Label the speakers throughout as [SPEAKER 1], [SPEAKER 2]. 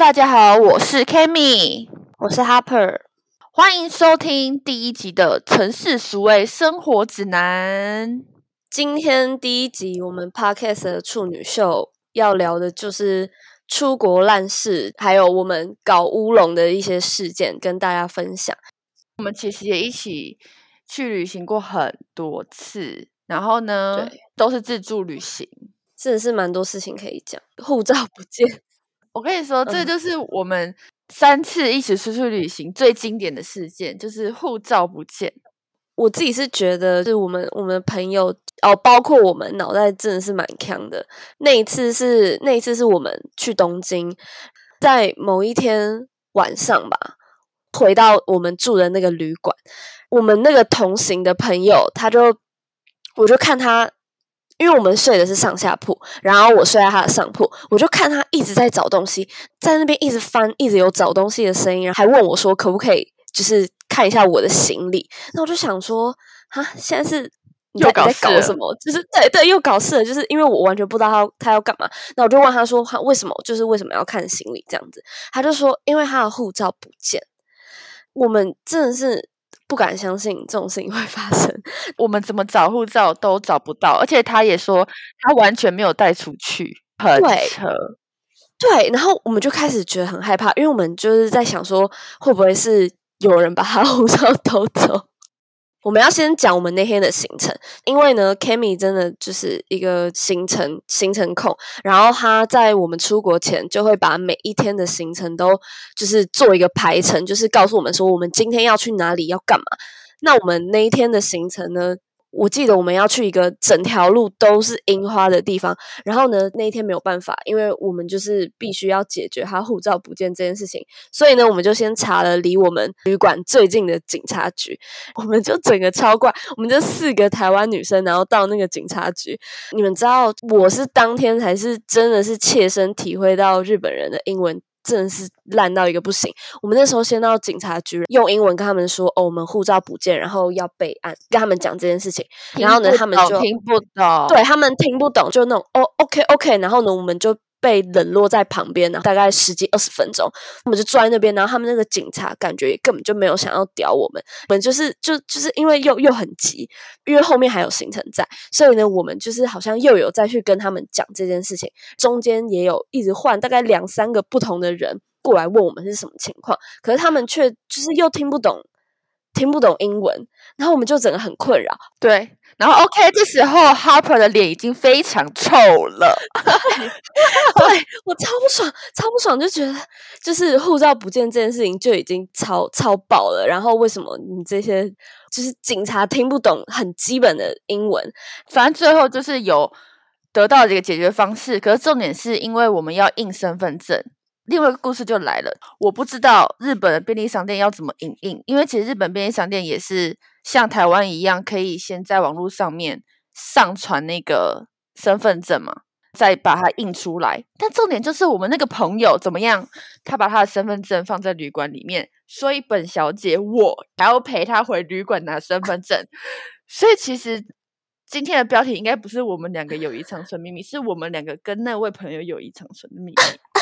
[SPEAKER 1] 大家好，我是 Kami，
[SPEAKER 2] 我是 Harper，
[SPEAKER 1] 欢迎收听第一集的城市俗味生活指南。
[SPEAKER 2] 今天第一集我们 Podcast 的处女秀要聊的就是出国烂事，还有我们搞乌龙的一些事件跟大家分享。
[SPEAKER 1] 我们其实也一起去旅行过很多次，然后呢都是自助旅行，
[SPEAKER 2] 真的是蛮多事情可以讲。护照不见，
[SPEAKER 1] 我跟你说，这就是我们3次一起出去旅行最经典的事件，就是护照不见。
[SPEAKER 2] 我自己是觉得是我们的朋友包括我们脑袋真的是蛮强的。那一次是我们去东京，在某一天晚上吧，回到我们住的那个旅馆，我们那个同行的朋友我就看他，因为我们睡的是上下铺，然后我睡在他的上铺，我就看他一直在找东西，在那边一直翻，一直有找东西的声音，还问我说可不可以就是看一下我的行李。那我就想说现在是你在搞什么？就是对又搞事了，就是因为我完全不知道他要干嘛。那我就问他说为什么要看行李这样子？他就说因为他的护照不见。我们真的是不敢相信这种事情会发生，
[SPEAKER 1] 我们怎么找护照都找不到，而且他也说他完全没有带出去，很扯。
[SPEAKER 2] 对，然后我们就开始觉得很害怕，因为我们就是在想说会不会是有人把他护照偷走。我们要先讲我们那天的行程，因为呢 Kami 真的就是一个行程控，然后他在我们出国前就会把每一天的行程都就是做一个排程，就是告诉我们说我们今天要去哪里要干嘛。那我们那一天的行程呢，我记得我们要去一个整条路都是樱花的地方，然后呢那一天没有办法，因为我们就是必须要解决他护照不见这件事情，所以呢我们就先查了离我们旅馆最近的警察局。我们就整个超怪，我们这4个台湾女生然后到那个警察局，你们知道我是当天才是真的是切身体会到日本人的英文真的是烂到一个不行。我们那时候先到警察局，用英文跟他们说我们护照不见，然后要备案，跟他们讲这件事情。然后呢他们就
[SPEAKER 1] 听不懂，
[SPEAKER 2] 对，他们听不懂，就那种OK， 然后呢我们就被冷落在旁边，大概10几20分钟，我们就坐在那边，然后他们那个警察感觉根本就没有想要屌我们，我们就是因为又很急，因为后面还有行程在，所以呢我们就是好像又有再去跟他们讲这件事情，中间也有一直换大概2-3个不同的人过来问我们是什么情况，可是他们却就是又听不懂英文，然后我们就整个很困扰。
[SPEAKER 1] 对，然后 OK， 这时候 Harper 的脸已经非常臭了。
[SPEAKER 2] 对，我超不爽，就觉得就是护照不见这件事情就已经超爆了，然后为什么你这些就是警察听不懂很基本的英文？
[SPEAKER 1] 反正最后就是有得到这个解决方式，可是重点是因为我们要印身份证。另外一个故事就来了，我不知道日本的便利商店要怎么印，因为其实日本便利商店也是像台湾一样，可以先在网络上面上传那个身份证嘛，再把它印出来。但重点就是我们那个朋友怎么样，他把他的身份证放在旅馆里面，所以本小姐我还要陪他回旅馆拿身份证。所以其实今天的标题应该不是我们2个友谊长存秘密，是我们2个跟那位朋友友谊长存的秘密。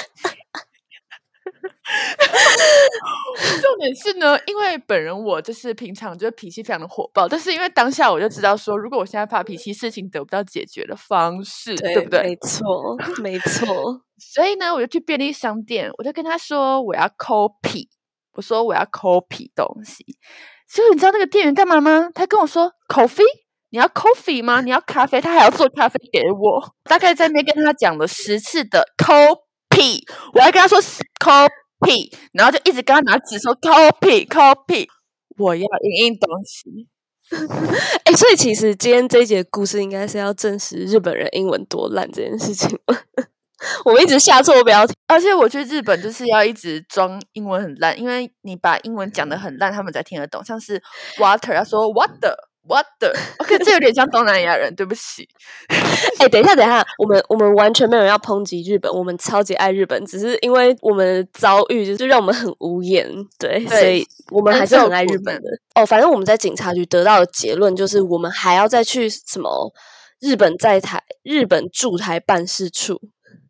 [SPEAKER 1] 重点是呢，因为本人我就是平常就脾气非常的火爆，但是因为当下我就知道说，如果我现在发脾气，事情得不到解决的方式， 对不对？
[SPEAKER 2] 没错。
[SPEAKER 1] 所以呢我就去便利商店，我就跟他说我要 copy， 我说我要 copy 东西。结果你知道那个店员干嘛吗？他跟我说 coffee， 你要 coffee 吗？你要咖啡？他还要做咖啡给我。大概在那边跟他讲了10次的 copy， 我还跟他说 copy， 然后就一直跟他拿纸说 copy， 我要印东西。
[SPEAKER 2] 所以其实今天这一节故事应该是要证实日本人英文多烂这件事情。我们一直下错标题，
[SPEAKER 1] 而且我去日本就是要一直装英文很烂，因为你把英文讲得很烂，他们才听得懂。像是 water 要说 water，OK， 这有点像东南亚人，对不起。
[SPEAKER 2] 等一下，我们完全没有要抨击日本，我们超级爱日本，只是因为我们的遭遇就让我们很无言，对，所以我们还是很爱日本的。反正我们在警察局得到的结论就是，我们还要再去什么日本驻台办事处。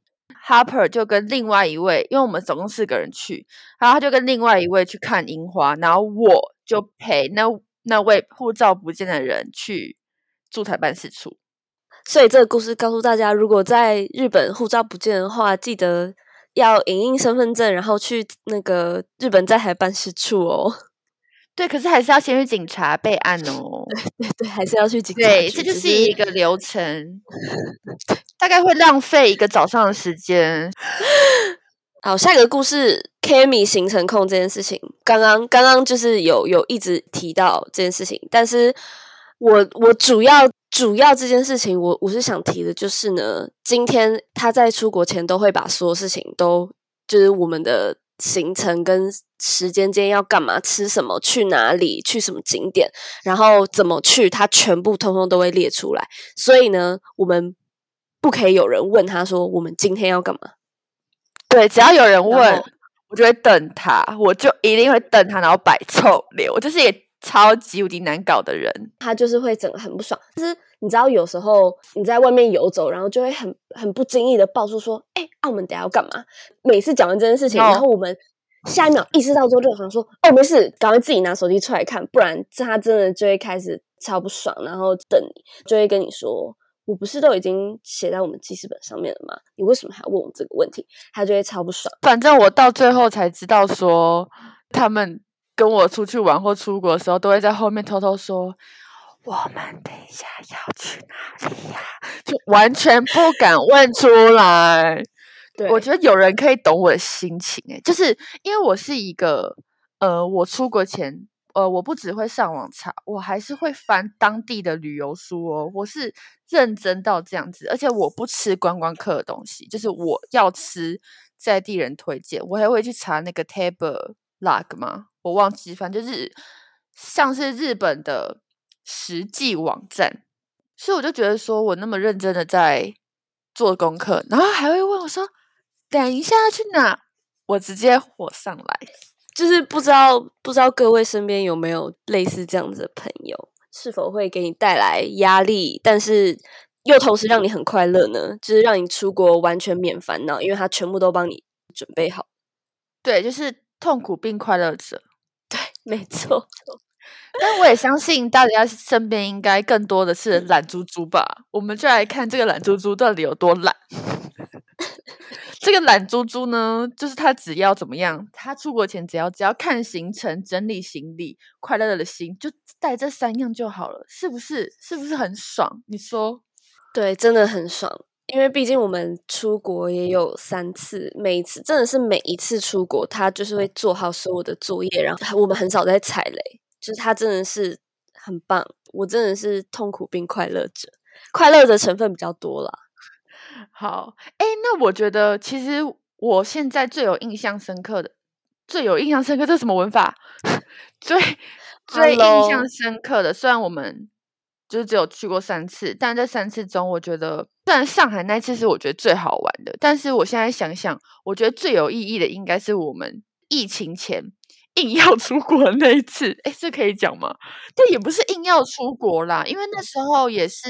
[SPEAKER 1] Harper 就跟另外一位，因为我们总共4个人去，然后他就跟另外一位去看樱花，然后我就陪那位护照不见的人去驻台办事处。
[SPEAKER 2] 所以这个故事告诉大家，如果在日本护照不见的话，记得要影印身份证，然后去那个日本在台办事处哦。
[SPEAKER 1] 对，可是还是要先去警察备案哦。
[SPEAKER 2] 对，还是要去警察局。
[SPEAKER 1] 对，这就是一个流程，大概会浪费1个早上的时间。
[SPEAKER 2] 好，下一个故事 ，Cammy 行程控这件事情，刚刚就是有一直提到这件事情，但是我主要这件事情，我是想提的就是呢，今天他在出国前都会把所有事情都就是我们的行程跟时间间要干嘛、吃什么、去哪里、去什么景点，然后怎么去，他全部通通都会列出来。所以呢，我们不可以有人问他说我们今天要干嘛。
[SPEAKER 1] 对，只要有人问，我就会瞪他，我就一定会瞪他，然后摆臭脸。我就是一个超级无敌难搞的人，
[SPEAKER 2] 他就是会整个很不爽。就是你知道，有时候你在外面游走，然后就会很不经意的爆出说：“我们等一下要干嘛？”每次讲完这件事情，然后我们下一秒意识到之后，就想说：“哦，没事，赶快自己拿手机出来看，不然他真的就会开始超不爽，然后瞪你，就会跟你说。”我不是都已经写在我们记事本上面了吗？你为什么还要问我这个问题？他就会超不爽。
[SPEAKER 1] 反正我到最后才知道说，他们跟我出去玩或出国的时候，都会在后面偷偷说：“我们等一下要去哪里呀？”就完全不敢问出来。
[SPEAKER 2] 对，
[SPEAKER 1] 我觉得有人可以懂我的心情，就是因为我是一个我出国前。我不只会上网查，我还是会翻当地的旅游书哦。我是认真到这样子，而且我不吃观光客的东西，就是我要吃在地人推荐，我还会去查那个 Table Log 嘛，我忘记，反正就是像是日本的实际网站，所以我就觉得说我那么认真的在做功课，然后还会问我说等一下要去哪，我直接火上来。
[SPEAKER 2] 就是不知道各位身边有没有类似这样子的朋友，是否会给你带来压力，但是又同时让你很快乐呢？就是让你出国完全免烦恼，因为他全部都帮你准备好。
[SPEAKER 1] 对，就是痛苦并快乐着。
[SPEAKER 2] 对，没错。
[SPEAKER 1] 但我也相信大家身边应该更多的是懒猪猪吧？我们就来看这个懒猪猪到底有多懒。这个懒猪猪呢，就是他只要怎么样，他出国前只要看行程、整理行李、快乐的心，就带这3样就好了，是不是？是不是很爽？你说？
[SPEAKER 2] 对，真的很爽。因为毕竟我们出国也有3次，每一次真的是每一次出国，他就是会做好所有的作业，然后我们很少在踩雷，就是他真的是很棒。我真的是痛苦并快乐着，快乐的成分比较多啦。
[SPEAKER 1] 好，那我觉得其实我现在最有印象深刻，这是什么文法？最印象深刻的，虽然我们就是只有去过3次，但这3次中，我觉得虽然上海那次是我觉得最好玩的，但是我现在想想，我觉得最有意义的应该是我们疫情前硬要出国的那一次。这可以讲吗？这也不是硬要出国啦，因为那时候也是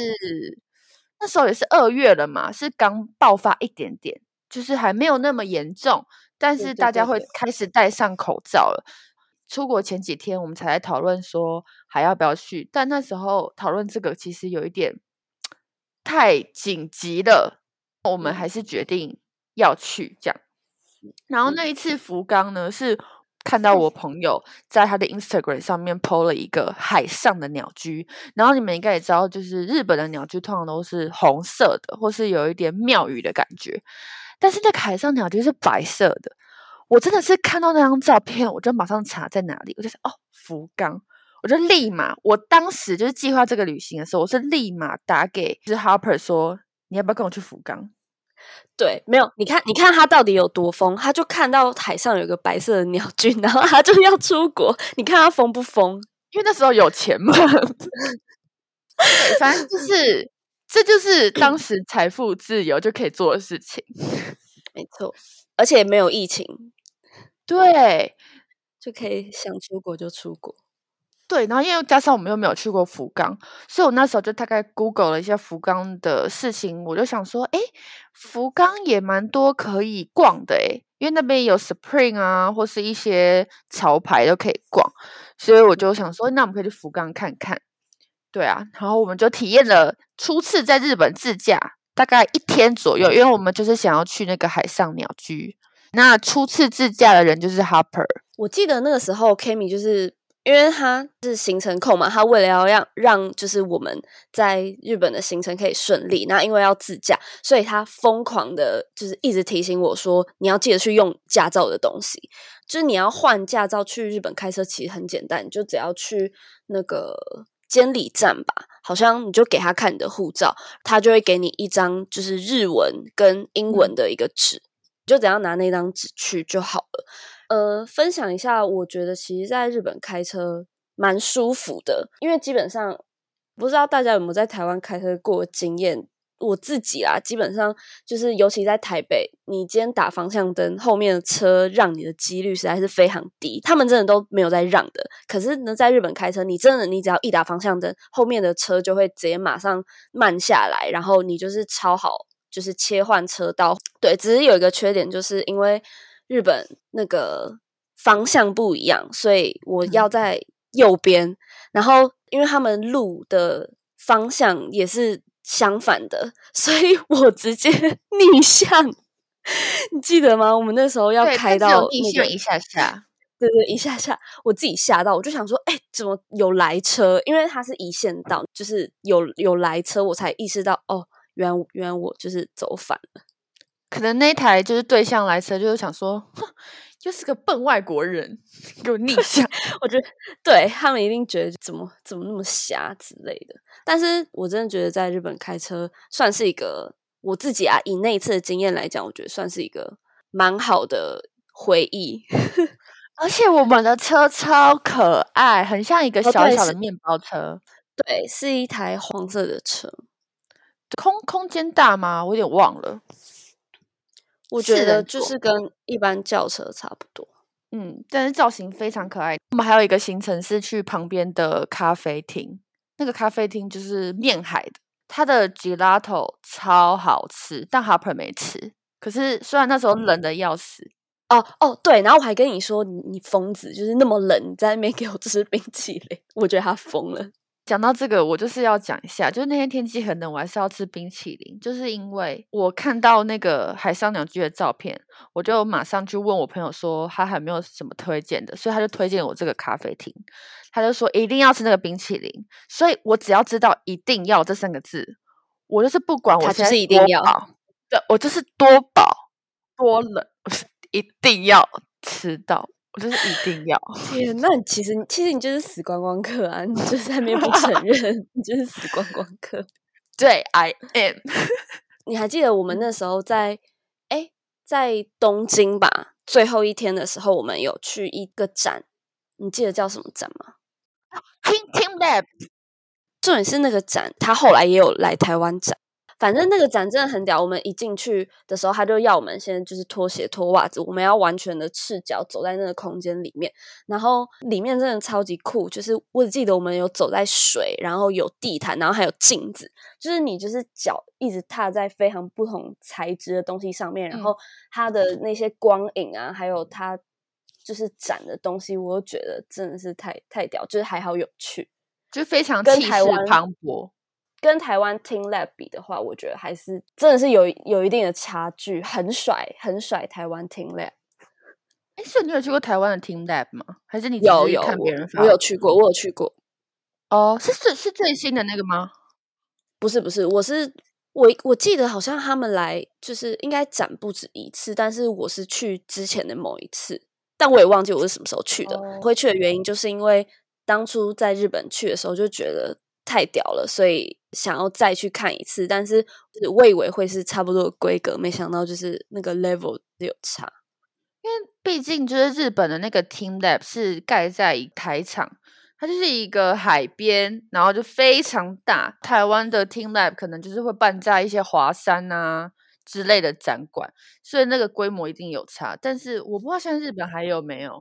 [SPEAKER 1] 2月了嘛，是刚爆发一点点，就是还没有那么严重，但是大家会开始戴上口罩了。出国前几天我们才在讨论说还要不要去，但那时候讨论这个其实有一点太紧急了，我们还是决定要去这样。然后那一次福冈呢，是看到我朋友在他的 Instagram 上面 po 了一个海上的鸟居，然后你们应该也知道，就是日本的鸟居通常都是红色的，或是有一点庙宇的感觉，但是那个海上鸟居是白色的。我真的是看到那张照片，我就马上查在哪里，我就说福冈，我就立马，我当时就是计划这个旅行的时候，我是立马打给就是 Harper 说，你要不要跟我去福冈？
[SPEAKER 2] 对，没有，你看他到底有多疯，他就看到海上有一个白色的鸟居，然后他就要出国，你看他疯不疯？
[SPEAKER 1] 因为那时候有钱嘛。对，反正就是这就是当时财富自由就可以做的事情。
[SPEAKER 2] 没错，而且没有疫情。
[SPEAKER 1] 对，
[SPEAKER 2] 就可以想出国就出国。
[SPEAKER 1] 对，然后因为加上我们又没有去过福冈，所以我那时候就大概 Google 了一下福冈的事情，我就想说，诶，福冈也蛮多可以逛的诶，因为那边有 Spring 啊，或是一些潮牌都可以逛，所以我就想说，那我们可以去福冈看看。对啊，然后我们就体验了初次在日本自驾，大概1天左右，因为我们就是想要去那个海上鸟居。那初次自驾的人就是 Harper。
[SPEAKER 2] 我记得那个时候 Kimi 就是因为他是行程控嘛，他为了要让就是我们在日本的行程可以顺利，那因为要自驾，所以他疯狂的就是一直提醒我说，你要记得去用驾照的东西。就是你要换驾照去日本开车，其实很简单，你就只要去那个监理站吧，好像你就给他看你的护照，他就会给你一张就是日文跟英文的一个纸，你就只要拿那张纸去就好了。分享一下，我觉得其实在日本开车蛮舒服的，因为基本上不知道大家有没有在台湾开车过的经验。我自己啦，基本上就是尤其在台北，你今天打方向灯，后面的车让你的几率实在是非常低，他们真的都没有在让的。可是呢，在日本开车，你只要一打方向灯，后面的车就会直接马上慢下来，然后你就是超好，就是切换车道。对，只是有一个缺点，就是因为日本那个方向不一样，所以我要在右边，然后因为他们路的方向也是相反的，所以我直接逆向。你记得吗？我们那时候要开到
[SPEAKER 1] 逆向一下下，
[SPEAKER 2] 对对，一下下，我自己吓到，我就想说，怎么有来车？因为它是一线道，就是有来车，我才意识到，哦，原来我就是走反了。
[SPEAKER 1] 可能那台就是对向来车，就是想说，哼，又是个笨外国人，给我逆向。
[SPEAKER 2] 我觉得对他们一定觉得怎么那么瞎之类的。但是我真的觉得在日本开车算是一个我自己以那一次的经验来讲，我觉得算是一个蛮好的回忆。
[SPEAKER 1] 而且我们的车超可爱，很像一个小小的面包车。
[SPEAKER 2] 对，是一台黄色的车。
[SPEAKER 1] 空间大吗？我有点忘了。
[SPEAKER 2] 我觉得就是跟一般轿车差不多。
[SPEAKER 1] 但是造型非常可爱。我们还有一个行程是去旁边的咖啡厅，那个咖啡厅就是面海的，它的 gelato 超好吃，但 Harper 没吃。可是虽然那时候冷的要死。
[SPEAKER 2] 对，然后我还跟你说你疯子，就是那么冷，你在那边给我吃冰淇淋，我觉得他疯了。
[SPEAKER 1] 讲到这个，我就是要讲一下，就是那天天气很冷，我还是要吃冰淇淋，就是因为我看到那个海上鸟居的照片，我就马上去问我朋友说他还没有什么推荐的，所以他就推荐我这个咖啡厅，他就说一定要吃那个冰淇淋，所以我只要知道一定要这3个字，我就是不管我现在
[SPEAKER 2] 一定要，
[SPEAKER 1] 对，我就是多饱多冷，我是一定要吃到。我就是一定要。
[SPEAKER 2] 天，那你其实你就是死观光客啊！你就是在那边不承认，你就是死观光客。
[SPEAKER 1] 对 ，I am。
[SPEAKER 2] 你还记得我们那时候在东京吧？最后一天的时候，我们有去一个展，你记得叫什么展吗
[SPEAKER 1] ？Team Lab。
[SPEAKER 2] 重点是那个展，他后来也有来台湾展。反正那个展真的很屌，我们一进去的时候，他就要我们先就是脱鞋脱袜子，我们要完全的赤脚走在那个空间里面，然后里面真的超级酷，就是我只记得我们有走在水，然后有地毯，然后还有镜子，就是你就是脚一直踏在非常不同材质的东西上面，然后它的那些光影啊，还有它就是展的东西，我都觉得真的是太屌，就是还好有趣，
[SPEAKER 1] 就非常气势磅礴。
[SPEAKER 2] 跟台湾 Team Lab 比的话，我觉得还是真的是有一定的差距，很甩台湾 Team Lab。
[SPEAKER 1] 所以你有去过台湾的 Team Lab 吗？还是你
[SPEAKER 2] 有
[SPEAKER 1] 看别人发？
[SPEAKER 2] 我有去过。
[SPEAKER 1] 哦，是最新的那个吗？
[SPEAKER 2] 不是，我记得好像他们来就是应该展不止一次，但是我是去之前的某一次，但我也忘记我是什么时候去的。会去的原因就是因为当初在日本去的时候就觉得太屌了，所以想要再去看一次，但是我以为会是差不多的规格，没想到就是那个 level 有差。
[SPEAKER 1] 因为毕竟就是日本的那个 Team Lab 是盖在台场，它就是一个海边，然后就非常大。台湾的 Team Lab 可能就是会办在一些华山啊之类的展馆，所以那个规模一定有差。但是我不知道现在日本还有没有。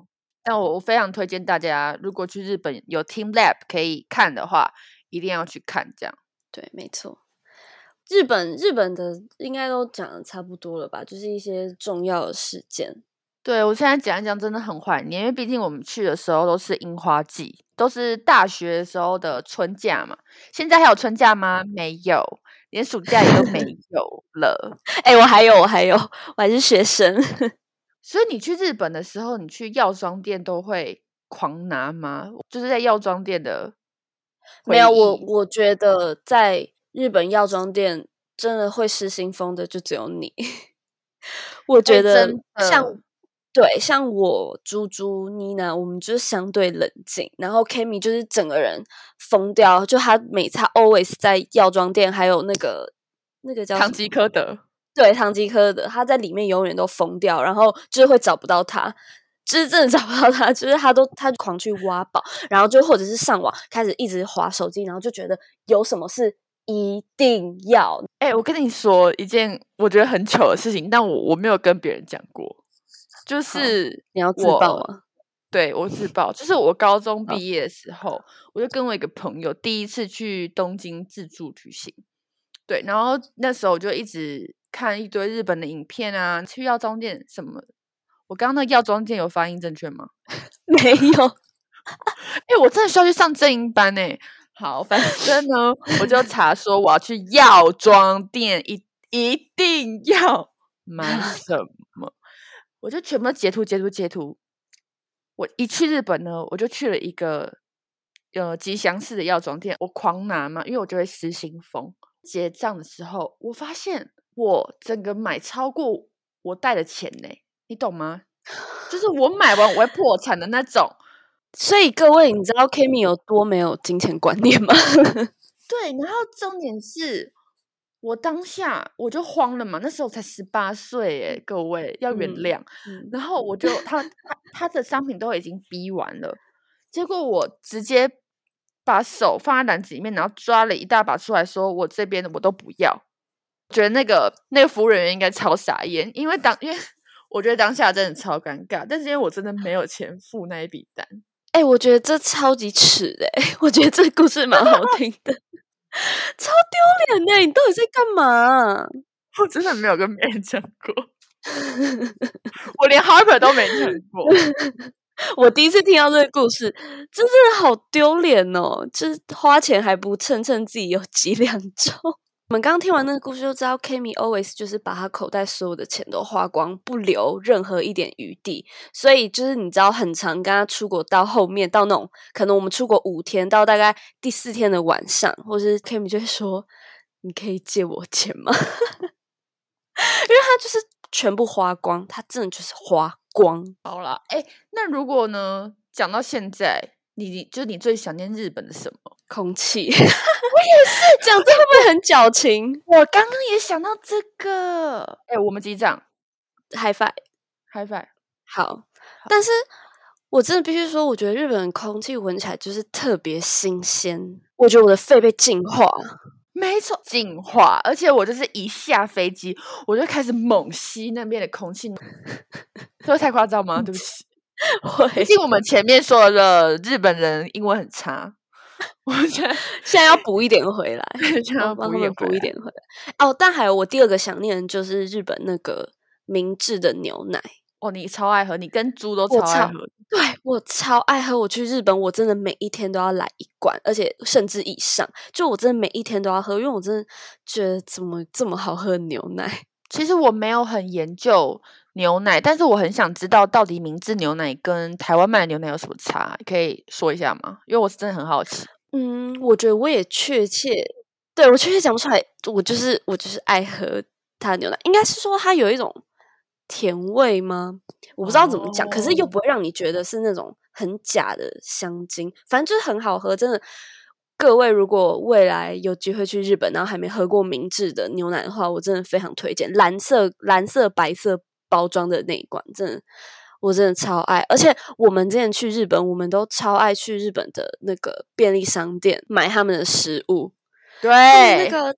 [SPEAKER 1] 但我非常推荐大家，如果去日本有 Team Lab 可以看的话，一定要去看。这样
[SPEAKER 2] 对，没错。日本的应该都讲的差不多了吧？就是一些重要的事件。
[SPEAKER 1] 对我现在讲一讲，真的很怀念，因为毕竟我们去的时候都是樱花季，都是大学的时候的春假嘛。现在还有春假吗？没有，连暑假也都没有了。
[SPEAKER 2] 我还有，我还是学生。
[SPEAKER 1] 所以你去日本的时候，你去药妆店都会狂拿吗？就是在药妆店的
[SPEAKER 2] 没有，我觉得在日本药妆店真的会失心疯的就只有你。我觉得像我猪猪妮娜，我们就是相对冷静，然后 Kimi 就是整个人疯掉，就他每次 always 在药妆店，还有那个叫
[SPEAKER 1] 唐吉诃德，
[SPEAKER 2] 对，唐吉诃德，他在里面永远都疯掉，然后就是会找不到他。就是真的找不到他，就是他狂去挖宝，然后就或者是上网开始一直滑手机，然后就觉得有什么是一定要。
[SPEAKER 1] 我跟你说一件我觉得很糗的事情，但我没有跟别人讲过，就是
[SPEAKER 2] 你要自爆吗？
[SPEAKER 1] 对，我自爆，就是我高中毕业的时候，我就跟我一个朋友第一次去东京自助旅行，对，然后那时候我就一直看一堆日本的影片啊，去药妆店什么。我刚刚那个药妆店有发音正确吗？
[SPEAKER 2] 没有。
[SPEAKER 1] 我真的需要去上正音班好，反正呢，我就查说我要去药妆店，一定要买什么，我就全部截图。我一去日本呢，我就去了一个吉祥寺的药妆店，我狂拿嘛，因为我就会失心疯。结账的时候，我发现我整个买超过我带的钱呢。你懂吗？就是我买完我会破产的那种。
[SPEAKER 2] 所以各位，你知道 Kimi 有多没有金钱观念吗？
[SPEAKER 1] 对，然后重点是我当下我就慌了嘛，那时候才18岁各位要原谅。然后我就他的商品都已经逼完了，结果我直接把手放在篮子里面，然后抓了一大把出来说我这边的我都不要。觉得那个服务人员应该超傻眼，因为我觉得当下真的超尴尬，但是因为我真的没有钱付那一笔单。
[SPEAKER 2] 我觉得这超级耻的我觉得这故事蛮好听的。超丢脸的，你到底在干嘛？
[SPEAKER 1] 我真的没有跟别人讲过。我连 Harper 都没讲过。
[SPEAKER 2] 我第一次听到这个故事，真的好丢脸哦！就是花钱还不称自己有几两重。我们刚刚听完那个故事就知道 Kimi always 就是把他口袋所有的钱都花光，不留任何一点余地。所以就是你知道很常跟他出国到后面到那种可能我们出国5天到大概第4天的晚上，或是 Kimi 就会说你可以借我钱吗？因为他就是全部花光，他真的就是花光。
[SPEAKER 1] 好啦，那如果呢讲到现在，你最想念日本的什么？
[SPEAKER 2] 空气。我也是，讲这会不会很矫情？
[SPEAKER 1] 我刚刚也想到这个。我们击掌
[SPEAKER 2] ，high five。好，但是我真的必须说，我觉得日本的空气闻起来就是特别新鲜。我觉得我的肺被净化。
[SPEAKER 1] 没错，净化，而且我就是一下飞机，我就开始猛吸那边的空气，这会太夸张吗？对不起，毕竟我们前面说了日本人英文很差，我现
[SPEAKER 2] 在要补一点回来，
[SPEAKER 1] 帮他们补
[SPEAKER 2] 一点回来。但还有我第2个想念的就是日本那个明治的牛奶。
[SPEAKER 1] 你超爱喝，你跟猪都超爱喝。
[SPEAKER 2] 对，我超爱喝。我去日本，我真的每一天都要来1罐，而且甚至以上。就我真的每一天都要喝，因为我真的觉得怎么这么好喝的牛奶。
[SPEAKER 1] 其实我没有很研究牛奶，但是我很想知道到底明治牛奶跟台湾卖的牛奶有什么差，可以说一下吗？因为我是真的很好奇。
[SPEAKER 2] 我觉得我也确切讲不出来。我就是爱喝它的牛奶，应该是说它有一种甜味吗？我不知道怎么讲，可是又不会让你觉得是那种很假的香精，反正就是很好喝。真的，各位如果未来有机会去日本，然后还没喝过明治的牛奶的话，我真的非常推荐蓝色白色包装的那一罐，我真的超爱。而且我们之前去日本，我们都超爱去日本的那个便利商店买他们的食物。
[SPEAKER 1] 对，
[SPEAKER 2] 那个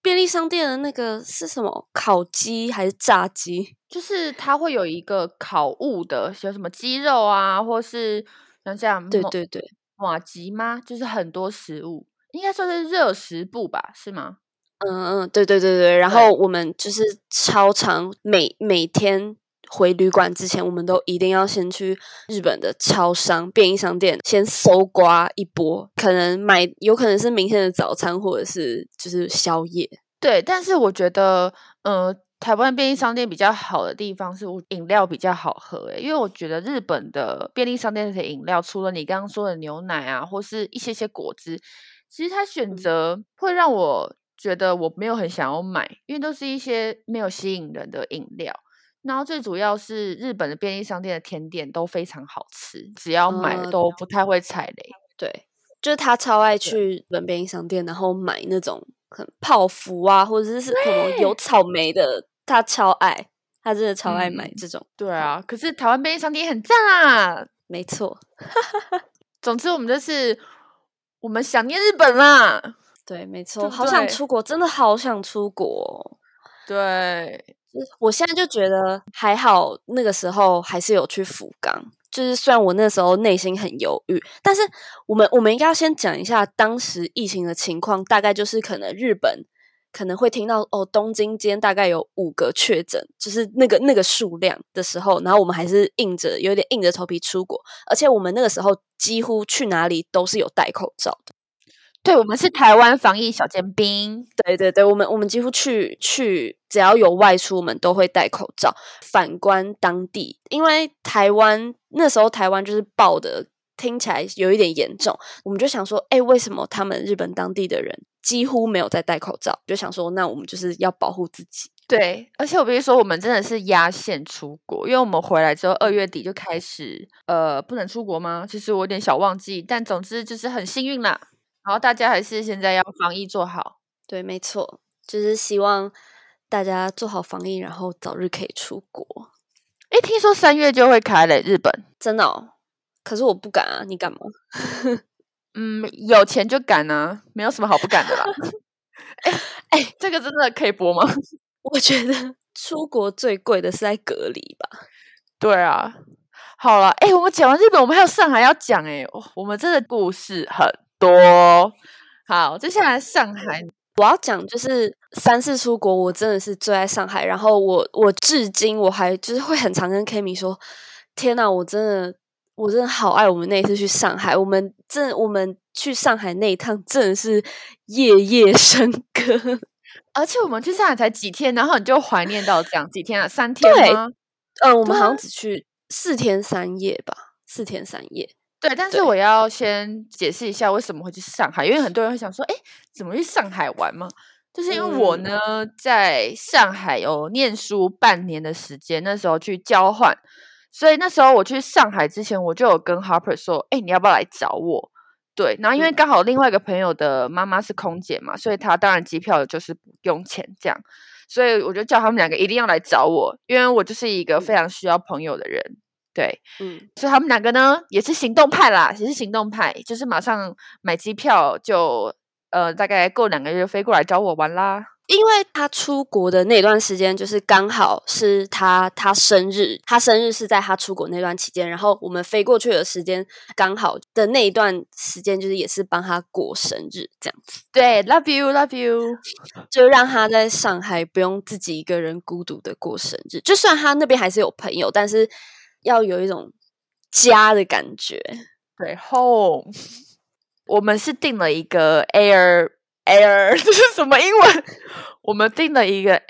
[SPEAKER 2] 便利商店的那个是什么烤鸡还是炸鸡？
[SPEAKER 1] 就是它会有一个烤物的，有什么鸡肉啊，或是像这样
[SPEAKER 2] 对对对，
[SPEAKER 1] 马吉吗？就是很多食物，应该算是热食部吧，是吗？
[SPEAKER 2] 对对对对。然
[SPEAKER 1] 对
[SPEAKER 2] 后我们就是超常每天回旅馆之前，我们都一定要先去日本的超商、便利商店先搜刮一波，有可能是明天的早餐，或者是就是宵夜。
[SPEAKER 1] 对，但是我觉得，台湾便利商店比较好的地方是饮料比较好喝因为我觉得日本的便利商店的饮料，除了你刚刚说的牛奶啊，或是一些果汁，其实它选择会让我觉得我没有很想要买，因为都是一些没有吸引人的饮料。然后最主要是日本的便利商店的甜点都非常好吃，只要买了都不太会踩雷。
[SPEAKER 2] 对，就是他超爱去日本便利商店，然后买那种很泡芙啊，或者是什么有草莓的，他超爱，他真的超爱买这种。
[SPEAKER 1] 对啊，可是台湾便利商店也很赞啊。
[SPEAKER 2] 没错，
[SPEAKER 1] 总之我们想念日本啦。
[SPEAKER 2] 对，没错，
[SPEAKER 1] 对不
[SPEAKER 2] 好想
[SPEAKER 1] 对
[SPEAKER 2] 出国，真的好想出国哦。
[SPEAKER 1] 对，
[SPEAKER 2] 我现在就觉得还好，那个时候还是有去福冈。就是虽然我那时候内心很犹豫，但是我们应该要先讲一下当时疫情的情况，大概就是可能日本可能会听到东京间大概有5个确诊，就是那个数量的时候，然后我们还是有点硬着头皮出国，而且我们那个时候几乎去哪里都是有戴口罩的。
[SPEAKER 1] 对，我们是台湾防疫小尖兵。
[SPEAKER 2] 对对对，我们几乎去只要有外出，我们都会戴口罩。反观当地，因为那时候台湾就是爆的，听起来有一点严重，我们就想说，为什么他们日本当地的人几乎没有在戴口罩？就想说，那我们就是要保护自己。
[SPEAKER 1] 对，而且我必须说，我们真的是压线出国，因为我们回来之后2月底就开始，不能出国吗？其实我有点小忘记，但总之就是很幸运啦。然后大家还是现在要防疫做好。
[SPEAKER 2] 对，没错，就是希望大家做好防疫，然后早日可以出国。
[SPEAKER 1] 听说3月就会开了日本，
[SPEAKER 2] 真的哦？可是我不敢啊，你敢吗？
[SPEAKER 1] 有钱就敢啊，没有什么好不敢的啦。这个真的可以播吗？
[SPEAKER 2] 我觉得出国最贵的是在隔离吧。
[SPEAKER 1] 对啊，好了，我们讲完日本，我们还有上海要讲我们真的故事很多。好，接下来上海，
[SPEAKER 2] 我要讲就是3次出国，我真的是最爱上海。然后我至今我还就是会很常跟 Kimi 说，天哪，我真的好爱我们那一次去上海。我们去上海那一趟真的是夜夜深刻。
[SPEAKER 1] 而且我们去上海才几天，然后你就怀念到这样几天啊？3天吗？
[SPEAKER 2] 我们好像只去4天3夜吧，4天3夜。
[SPEAKER 1] 对，但是我要先解释一下为什么会去上海，因为很多人会想说，怎么去上海玩嘛？就是因为我呢，在上海有念书半年的时间，那时候去交换，所以那时候我去上海之前，我就有跟 Harper 说，你要不要来找我？对，然后因为刚好另外一个朋友的妈妈是空姐嘛，所以她当然机票就是不用钱这样，所以我就叫他们2个一定要来找我，因为我就是一个非常需要朋友的人。对，所以他们2个呢也是行动派啦，也是行动派，就是马上买机票就大概过2个月就飞过来找我玩啦。
[SPEAKER 2] 因为他出国的那段时间，就是刚好是他生日，他生日是在他出国那段期间，然后我们飞过去的时间刚好的那一段时间，就是也是帮他过生日这样子。
[SPEAKER 1] 对 ，love you，love you，
[SPEAKER 2] 就让他在上海不用自己一个人孤独的过生日。就算他那边还是有朋友，但是要有一种家的感觉。
[SPEAKER 1] 对 ，home。我们是订了一个 Air， 这是什么英文？我们订了一个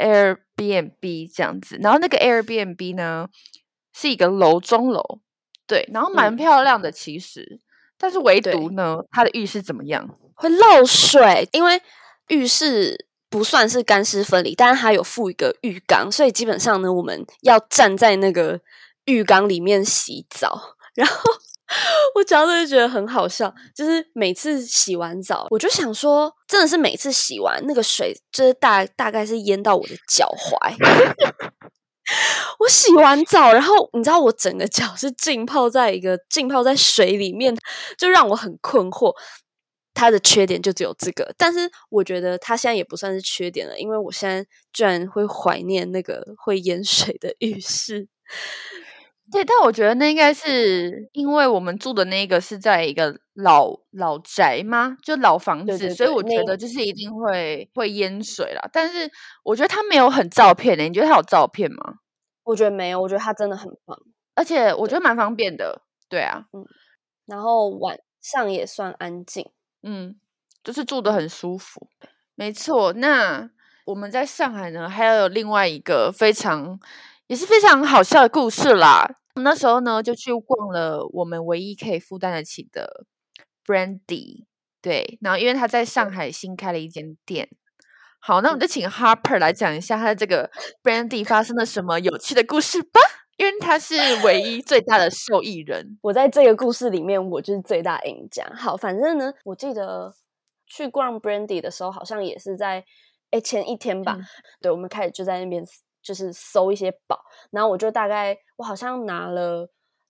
[SPEAKER 1] Airbnb 这样子，然后那个 Airbnb 呢是一个楼中楼，对，然后蛮漂亮的其实，但是唯独呢，它的浴室怎么样？
[SPEAKER 2] 会漏水，因为浴室不算是干湿分离，但是它有附一个浴缸，所以基本上呢，我们要站在那个浴缸里面洗澡，然后我讲真的觉得很好笑，就是每次洗完澡，我就想说，真的是每次洗完那个水，就是大概是淹到我的脚踝。我洗完澡，然后你知道我整个脚是浸泡在水里面，就让我很困惑。 它的缺点就只有这个，但是我觉得它现在也不算是缺点了，因为我现在居然会怀念那个会淹水的浴室。
[SPEAKER 1] 对，但我觉得那应该是因为我们住的那个是在一个老宅吗？就老房子，
[SPEAKER 2] 对对对，
[SPEAKER 1] 所以我觉得就是一定会淹水啦。但是我觉得它没有很照片你觉得它有照片吗？
[SPEAKER 2] 我觉得没有，我觉得它真的很棒，
[SPEAKER 1] 而且我觉得蛮方便的。对啊，
[SPEAKER 2] 然后晚上也算安静，
[SPEAKER 1] 就是住得很舒服。没错，那我们在上海呢，还有另外一个也是非常好笑的故事啦。那时候呢，就去逛了我们唯一可以负担得起的 Brandy， 对，然后因为他在上海新开了一间店。好，那我们就请 Harper 来讲一下他这个 Brandy 发生了什么有趣的故事吧，因为他是唯一最大的受益人。
[SPEAKER 2] 我在这个故事里面，我就是最大赢家。好，反正呢，我记得去逛 Brandy 的时候，好像也是在前一天吧。对，我们开始就在那边就是搜一些宝，然后我好像拿了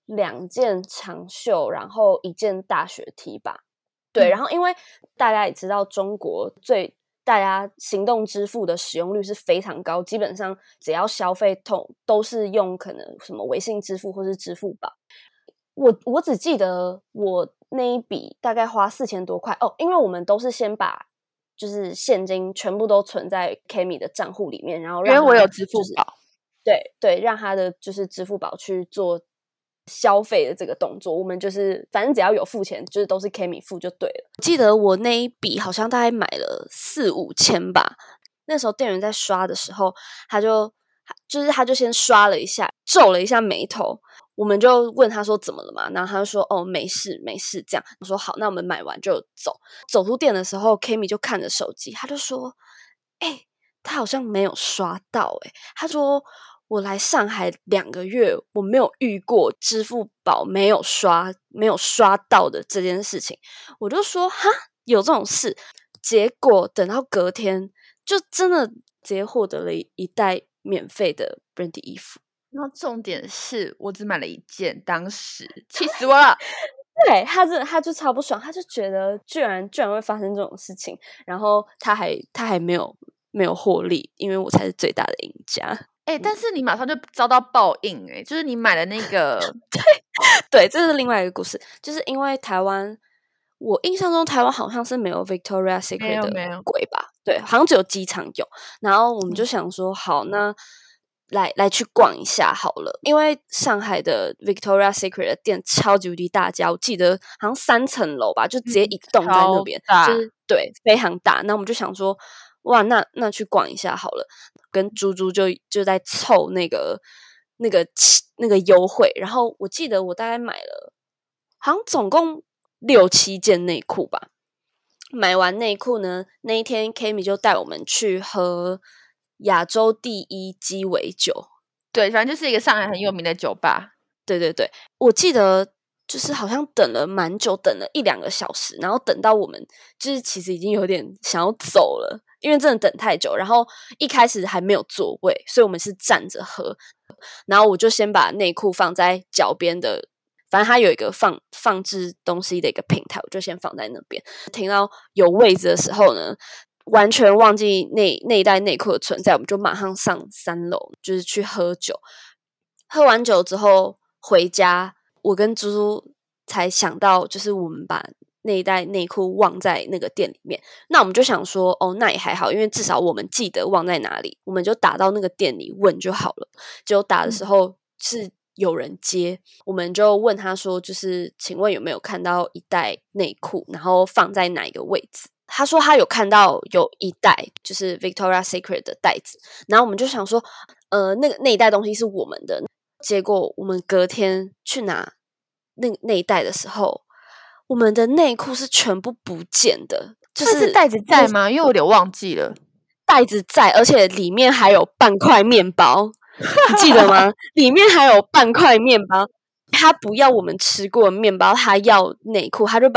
[SPEAKER 2] 2件长袖，然后1件大学 T 吧。对，然后因为大家也知道中国大家行动支付的使用率是非常高，基本上只要消费都是用可能什么微信支付或是支付宝。我只记得我那一笔大概花4000多块哦，因为我们都是先把就是现金全部都存在 Kemi 的账户里面，然后
[SPEAKER 1] 因为我有支付宝，
[SPEAKER 2] 对，让他的就是支付宝去做消费的这个动作，我们就是反正只要有付钱，就是都是 Kemi 付就对了。记得我那一笔好像大概买了4-5千吧，那时候店员在刷的时候，他就先刷了一下，皱了一下眉头。我们就问他说怎么了嘛，然后他就说哦没事这样。我说好，那我们买完就走出店的时候 Kemi 就看着手机，他就说他好像没有刷到他说我来上海2个月，我没有遇过支付宝没有刷到的这件事情。我就说哈，有这种事？结果等到隔天就真的直接获得了一袋免费的 Brandy 衣服。
[SPEAKER 1] 然后重点是我只买了1件，当时气死我了。
[SPEAKER 2] 对，他就超不爽，他就觉得居然会发生这种事情，然后他还没有获利，因为我才是最大的赢家。
[SPEAKER 1] 但是你马上就遭到报应就是你买了那个
[SPEAKER 2] 对，这是另外一个故事，就是因为台湾，我印象中台湾好像是没有 Victoria Secret 的柜吧？对，好像只有机场有。然后我们就想说，好，那来去逛一下好了，因为上海的 Victoria Secret 的店超级无敌大家，我记得好像3层楼吧，就直接一栋在那边，就是对，非常大。那我们就想说，哇，那去逛一下好了，跟猪猪就在凑那个优惠。然后我记得我大概买了，好像总共6-7件内裤吧。买完内裤呢，那一天 Kemi 就带我们去喝亚洲第一鸡尾酒，
[SPEAKER 1] 对，反正就是一个上海很有名的酒吧。
[SPEAKER 2] 对，我记得就是好像等了蛮久，等了1-2个小时，然后等到我们就是其实已经有点想要走了，因为真的等太久。然后一开始还没有座位，所以我们是站着喝。然后我就先把内裤放在脚边的，反正它有一个放置东西的一个平台，我就先放在那边。停到有位置的时候呢，完全忘记那一袋内裤的存在，我们就马上上3楼，就是去喝酒。喝完酒之后回家，我跟猪猪才想到，就是我们把那一袋内裤忘在那个店里面。那我们就想说，哦，那也还好，因为至少我们记得忘在哪里，我们就打到那个店里问就好了。结果打的时候是有人接，我们就问他说，就是请问有没有看到一袋内裤，然后放在哪一个位置？他说他有看到有一袋就是 Victoria Secret 的袋子，然后我们就想说那一袋东西是我们的。结果我们隔天去拿那一袋的时候，我们的内裤是全部不见的。就是
[SPEAKER 1] 袋子在吗？因为我有点忘记了。
[SPEAKER 2] 袋子在，而且里面还有半块面包，你记得吗？里面还有半块面包。他不要我们吃过的面包，他要内裤，他就把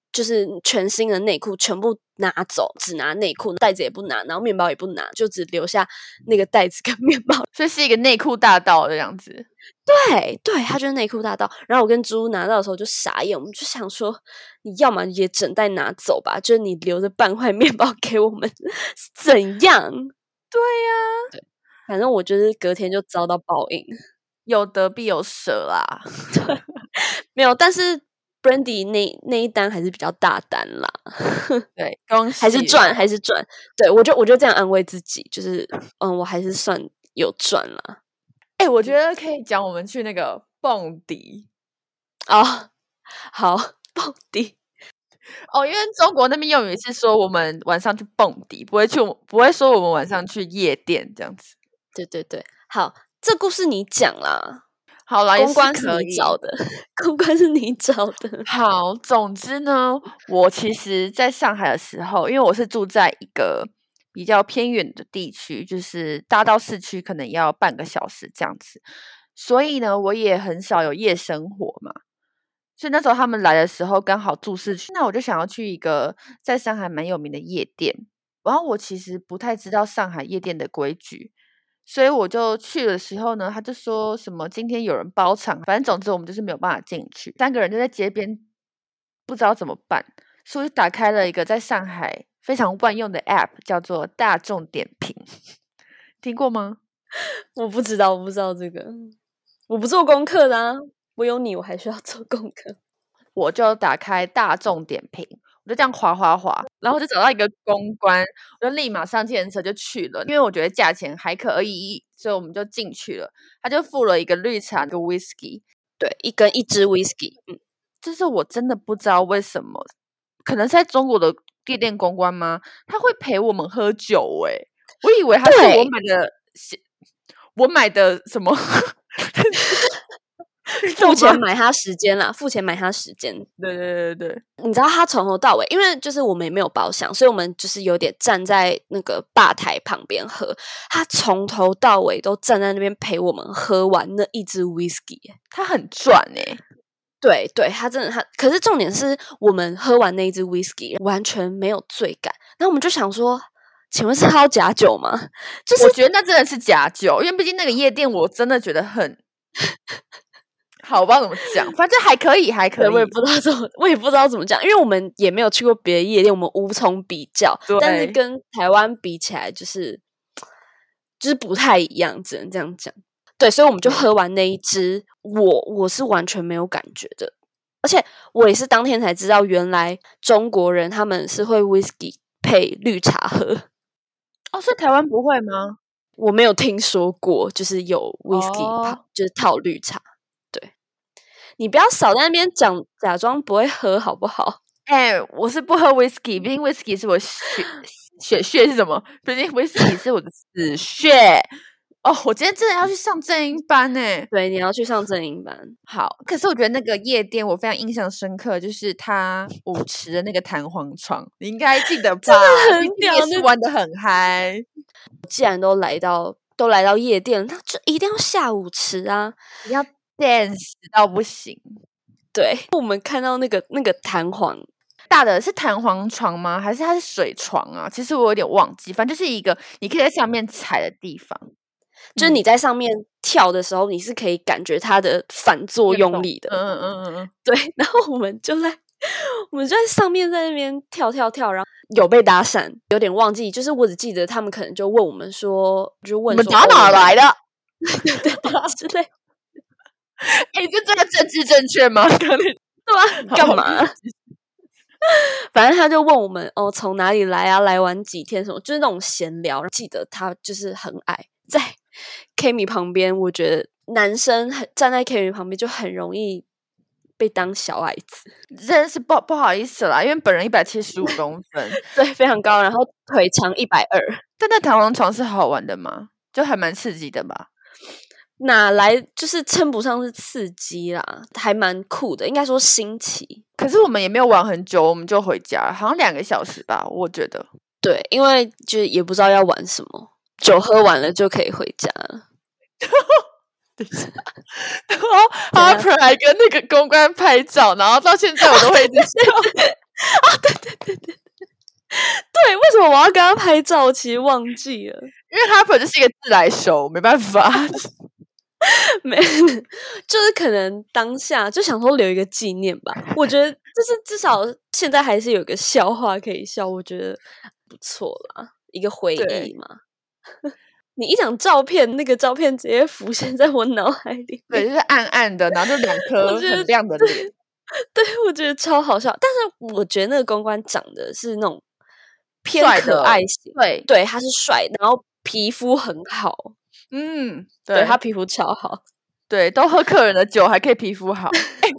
[SPEAKER 2] 就是全新的内裤全部拿走，只拿内裤，袋子也不拿，然后面包也不拿，就只留下那个袋子跟面包。
[SPEAKER 1] 所以是一个内裤大盗的样子。
[SPEAKER 2] 对对，他就是内裤大盗。然后我跟猪拿到的时候就傻眼，我们就想说，你要么也整袋拿走吧，就是你留着半块面包给我们，怎样？
[SPEAKER 1] 对呀，
[SPEAKER 2] 对，反正我就是隔天就遭到报应，
[SPEAKER 1] 有得必有舍啦。
[SPEAKER 2] 没有，但是 Brandy 那一单还是比较大单啦。
[SPEAKER 1] 对，恭喜，
[SPEAKER 2] 还是赚，还是赚。对，我就这样安慰自己，就是我还是算有赚啦。
[SPEAKER 1] 我觉得可以讲我们去那个蹦迪
[SPEAKER 2] 哦，好，蹦迪
[SPEAKER 1] 哦，因为中国那边用语是说我们晚上去蹦迪，不会说我们晚上去夜店这样子。
[SPEAKER 2] 对对对，好，这故事你讲啦。
[SPEAKER 1] 好啦，
[SPEAKER 2] 公关是你找的，公关是你找的。
[SPEAKER 1] 好，总之呢，我其实在上海的时候，因为我是住在一个比较偏远的地区，就是搭到市区可能要半个小时这样子，所以呢，我也很少有夜生活嘛。所以那时候他们来的时候刚好住市区，那我就想要去一个在上海蛮有名的夜店，然后我其实不太知道上海夜店的规矩。所以我就去的时候呢，他就说什么今天有人包场，反正总之我们就是没有办法进去，3个人就在街边不知道怎么办，所以打开了一个在上海非常万用的 App， 叫做大众点评，听过吗？
[SPEAKER 2] 我不知道这个，我不做功课的啊，我有你，我还需要做功课。
[SPEAKER 1] 我就打开大众点评，我就这样滑，然后就找到一个公关，我就立马上计程车就去了，因为我觉得价钱还可以，所以我们就进去了。他就付了一个绿茶，一个 whisky，
[SPEAKER 2] 对，一支 whisky。
[SPEAKER 1] 就是我真的不知道为什么，可能是在中国的夜店公关吗？他会陪我们喝酒我以为他是我买的什么
[SPEAKER 2] 付钱买他时间啦，付钱买他时间。
[SPEAKER 1] 对，
[SPEAKER 2] 你知道他从头到尾，因为就是我们也没有包厢，所以我们就是有点站在那个吧台旁边喝。他从头到尾都站在那边陪我们喝完那一支 whisky，
[SPEAKER 1] 他很赚
[SPEAKER 2] 对，他真的可是重点是我们喝完那一支 whisky 完全没有醉感，然后我们就想说，请问是喝假酒吗？
[SPEAKER 1] 就是我觉得那真的是假酒，因为毕竟那个夜店我真的觉得很好，我不知道怎么讲，反正还可以。
[SPEAKER 2] 我也不知道怎么讲，因为我们也没有去过别的夜店，我们无从比较。但是跟台湾比起来，就是不太一样，只能这样讲。对，所以我们就喝完那一支，我是完全没有感觉的，而且我也是当天才知道，原来中国人他们是会 whisky 配绿茶喝。
[SPEAKER 1] 哦，所以台湾不会吗？
[SPEAKER 2] 我没有听说过，就是有 whisky 就是套绿茶。你不要少在那边讲，假装不会喝好不好？
[SPEAKER 1] 我是不喝 whisky， 毕竟 whisky 是我血是什么？毕竟 whisky 是我的死血。哦，我今天真的要去上正音班
[SPEAKER 2] 对，你要去上正音班。
[SPEAKER 1] 好，可是我觉得那个夜店我非常印象深刻，就是他舞池的那个弹簧床，你应该记得吧？
[SPEAKER 2] 真的很屌，
[SPEAKER 1] 也是玩得很嗨。
[SPEAKER 2] 既然都来到夜店，那就一定要下舞池啊，
[SPEAKER 1] 一定要 dance 到不行。
[SPEAKER 2] 对，我们看到那个弹簧
[SPEAKER 1] 大的是弹簧床吗？还是它是水床啊？其实我有点忘记，反正就是一个你可以在上面踩的地方，
[SPEAKER 2] 就是你在上面跳的时候，你是可以感觉它的反作用力的。对，然后我们就在上面在那边跳，然后有被搭讪，有点忘记，就是我只记得他们可能就问我们说，就问说
[SPEAKER 1] 我们哪来的？
[SPEAKER 2] 对之类。
[SPEAKER 1] 这真的政治正确吗？
[SPEAKER 2] 对吧？干嘛？反正他就问我们从哪里来啊？来玩几天什么？就是那种闲聊。记得他就是很矮，在 Kimi 旁边，我觉得男生站在 Kimi 旁边就很容易被当小矮子，
[SPEAKER 1] 真的是不好意思啦，因为本人175公分，
[SPEAKER 2] 对，非常高，然后腿长120。
[SPEAKER 1] 但那弹簧床是好玩的吗？就还蛮刺激的吧？
[SPEAKER 2] 哪来就是称不上是刺激啦，还蛮酷的，应该说新奇。
[SPEAKER 1] 可是我们也没有玩很久，我们就回家了，好像2个小时吧，我觉得。
[SPEAKER 2] 对，因为就也不知道要玩什么，酒喝完了就可以回家了。
[SPEAKER 1] 然后 Harper 还跟那个公关拍照，然后到现在我都会一直笑。
[SPEAKER 2] 对，为什么我要跟他拍照？我其实忘记了，
[SPEAKER 1] 因为 Harper 就是一个自来熟，没办法。
[SPEAKER 2] 没，就是可能当下就想说留一个纪念吧。我觉得就是至少现在还是有个笑话可以笑，我觉得不错啦，一个回忆嘛。你一讲照片，那个照片直接浮现在我脑海里
[SPEAKER 1] 对，就是暗暗的，然后就2颗很亮的脸。
[SPEAKER 2] 对，我觉得超好笑。但是我觉得那个公关长得是那种偏可爱型，对，他是帅，然后皮肤很好，对，他皮肤超好，
[SPEAKER 1] 对，都喝客人的酒还可以皮肤好。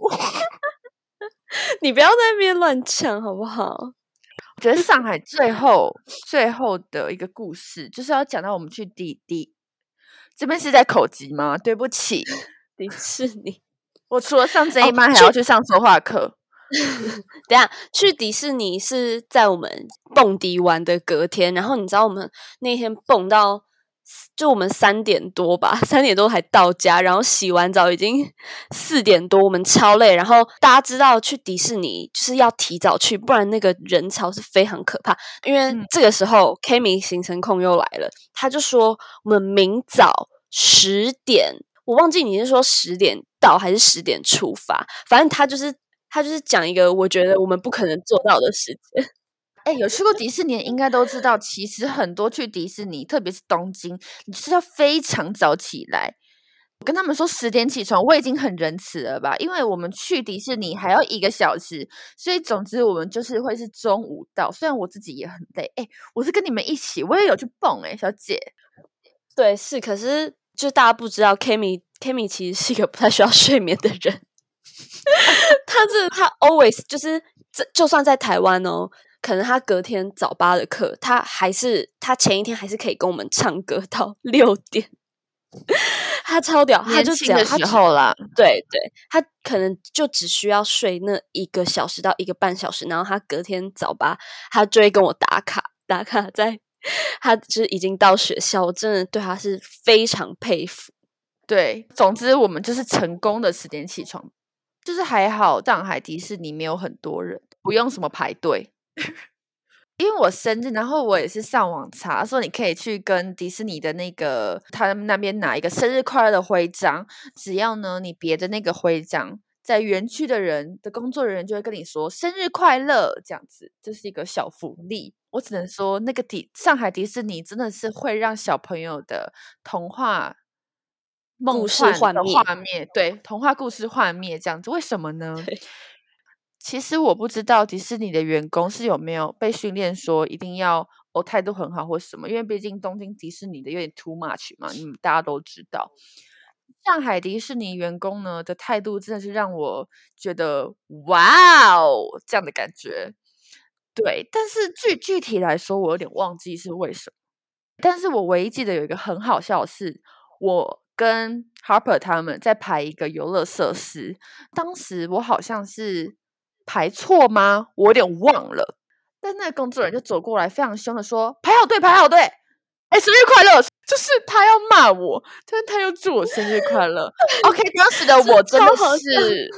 [SPEAKER 2] 你不要在那边乱讲好不好？
[SPEAKER 1] 我觉得上海最后的一个故事，就是要讲到我们去这边是在口级吗？对不起，
[SPEAKER 2] 迪士尼。
[SPEAKER 1] 我除了上这一班，还要去上说话课。
[SPEAKER 2] 等一下去迪士尼是在我们蹦迪完的隔天，然后你知道我们那天蹦到就我们3点多吧，3点多才到家，然后洗完澡已经4点多，我们超累。然后大家知道去迪士尼就是要提早去，不然那个人潮是非常可怕。因为这个时候 Kami 行程控又来了，他就说我们明早10点，我忘记你是说10点到还是10点出发，反正他就是讲一个我觉得我们不可能做到的时间。
[SPEAKER 1] 有去过迪士尼应该都知道，其实很多去迪士尼，特别是东京，你是要非常早起来。我跟他们说10点起床，我已经很仁慈了吧？因为我们去迪士尼还要1个小时，所以总之我们就是会是中午到。虽然我自己也很累，我是跟你们一起，我也有去蹦小姐。
[SPEAKER 2] 对，是，可是就大家不知道 Kami 其实是一个不太需要睡眠的人。他 always 就是就算在台湾哦，可能他隔天早8的课，他前一天还是可以跟我们唱歌到6点。他超屌，他就
[SPEAKER 1] 年轻的时候啦，
[SPEAKER 2] 对，他可能就只需要睡那1个小时到1个半小时，然后他隔天早8，他就会跟我打卡在他就是已经到学校，我真的对他是非常佩服。
[SPEAKER 1] 对，总之我们就是成功的10点起床，就是还好上海迪士尼没有很多人，不用什么排队。因为我生日，然后我也是上网查说你可以去跟迪士尼的那个他们那边拿一个生日快乐的徽章，只要呢你别的那个徽章，在园区的人的工作人员就会跟你说生日快乐，这样子，这是一个小福利。我只能说那个上海迪士尼真的是会让小朋友的童话梦幻的画面，对，童话故事幻灭这样子。为什么呢？其实我不知道迪士尼的员工是有没有被训练说一定要态度很好或什么，因为毕竟东京迪士尼的有点 too much 嘛，你们大家都知道。上海迪士尼员工呢的态度真的是让我觉得哇哦这样的感觉。对，但是具体来说我有点忘记是为什么。但是我唯一记得有一个很好笑的是，我跟 Harper 他们在排一个游乐设施，当时我好像是排错吗？我有点忘了。但那个工作人员就走过来，非常凶的说：“排好队，排好队！生日快乐！”就是他要骂我，但是他又祝我生日快乐。OK， 当时的我真的是，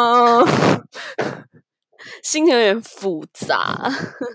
[SPEAKER 2] 心情有点复杂，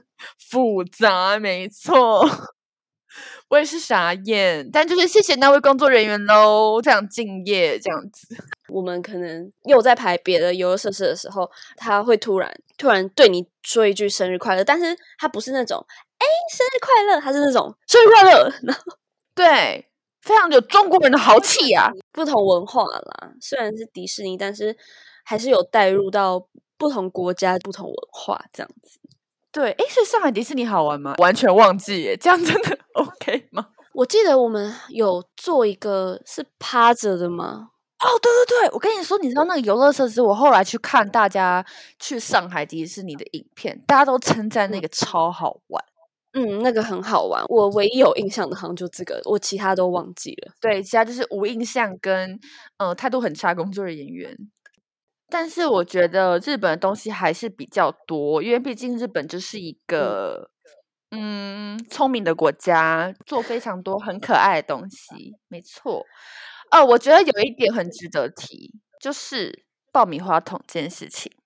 [SPEAKER 1] 没错。我也是傻眼，但就是谢谢那位工作人员咯，这样敬业这样子。
[SPEAKER 2] 我们可能又在排别的游乐设施的时候，他会突然对你说一句生日快乐，但是他不是那种生日快乐，他是那种生日快乐，然后
[SPEAKER 1] 对，非常有中国人的豪气啊。
[SPEAKER 2] 不同文化啦，虽然是迪士尼，但是还是有带入到不同国家不同文化这样子。
[SPEAKER 1] 对，所以上海迪士尼好玩吗？完全忘记耶，这样真的 OK 吗？
[SPEAKER 2] 我记得我们有做一个是趴着的吗？
[SPEAKER 1] 对，我跟你说，你知道那个游乐设施，我后来去看大家去上海迪士尼的影片，大家都称赞那个超好玩。
[SPEAKER 2] 那个很好玩。我唯一有印象的好像就这个，我其他都忘记了。
[SPEAKER 1] 对，其他就是无印象跟态度很差工作的演员。但是我觉得日本的东西还是比较多，因为毕竟日本就是一个聪明的国家，做非常多很可爱的东西。没错。我觉得有一点很值得提，就是爆米花桶这件事情。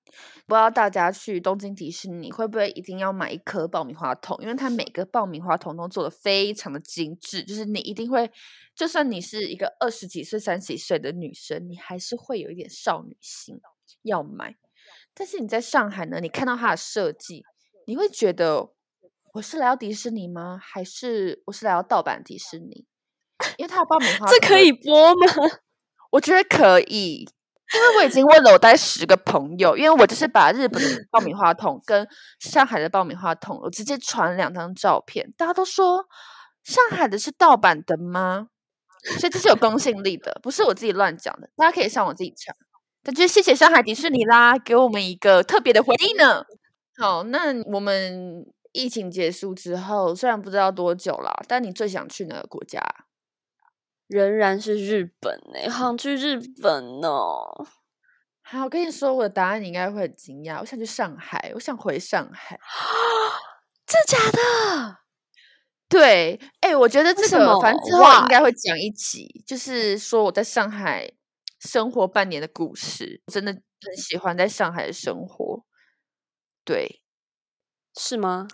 [SPEAKER 1] 不知道大家去东京迪士尼会不会一定要买一颗爆米花筒，因为它每个爆米花筒都做的非常的精致，就是你一定会，就算你是一个20几岁、30几岁的女生，你还是会有一点少女心要买。但是你在上海呢，你看到它的设计，你会觉得我是来到迪士尼吗？还是我是来到盗版迪士尼？因为它的爆米花
[SPEAKER 2] 这可以播吗？
[SPEAKER 1] 我觉得可以，因为我已经问了我大概10个朋友，因为我就是把日本的爆米花筒跟上海的爆米花筒，我直接传2张照片，大家都说上海的是盗版的吗？所以这是有公信力的，不是我自己乱讲的，大家可以上网自己查。那就谢谢上海迪士尼啦，给我们一个特别的回忆呢。好，那我们疫情结束之后，虽然不知道多久啦，但你最想去哪个国家？
[SPEAKER 2] 仍然是日本好想去日本哦。
[SPEAKER 1] 好，我跟你说，我的答案你应该会很惊讶。我想去上海，我想回上海。
[SPEAKER 2] 真的假的？
[SPEAKER 1] 对，我觉得这个
[SPEAKER 2] 为什么
[SPEAKER 1] 反正之后
[SPEAKER 2] Why？
[SPEAKER 1] 应该会讲一集，就是说我在上海生活半年的故事。我真的很喜欢在上海的生活。对，
[SPEAKER 2] 是吗？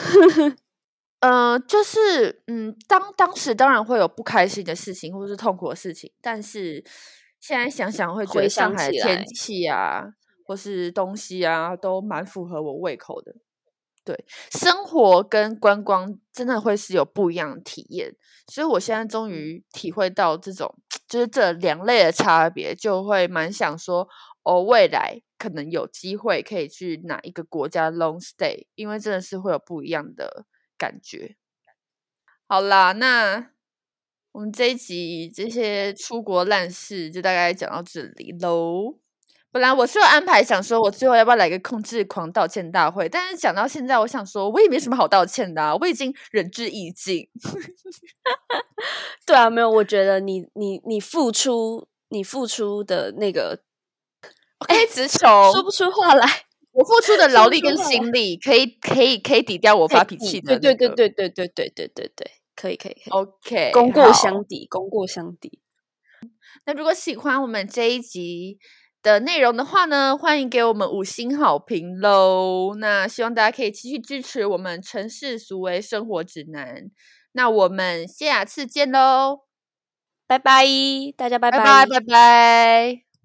[SPEAKER 1] 就是当时当然会有不开心的事情或是痛苦的事情，但是现在想想会觉得
[SPEAKER 2] 回
[SPEAKER 1] 上
[SPEAKER 2] 想起来
[SPEAKER 1] 海的天气啊，或是东西啊，都蛮符合我胃口的。对，生活跟观光真的会是有不一样的体验，所以我现在终于体会到这种就是这2类的差别，就会蛮想说，未来可能有机会可以去哪一个国家 long stay， 因为真的是会有不一样的感觉。好啦，那我们这一集这些出国烂事就大概讲到这里喽。本来我是有安排想说，我最后要不要来个控制狂道歉大会？但是讲到现在，我想说，我也没什么好道歉的我已经仁至义尽。
[SPEAKER 2] 对啊，没有，我觉得你付出的那个，
[SPEAKER 1] 直球
[SPEAKER 2] 说不出话来。
[SPEAKER 1] 我付出的劳力跟心力，可以抵掉我发脾气的、
[SPEAKER 2] 对，可以。
[SPEAKER 1] OK，
[SPEAKER 2] 功过相抵，功过相抵。
[SPEAKER 1] 那如果喜欢我们这一集的内容的话呢，欢迎给我们5星好评喽。那希望大家可以继续支持我们城市俗为生活指南。那我们下次见喽，
[SPEAKER 2] 拜拜，大家拜
[SPEAKER 1] 拜拜。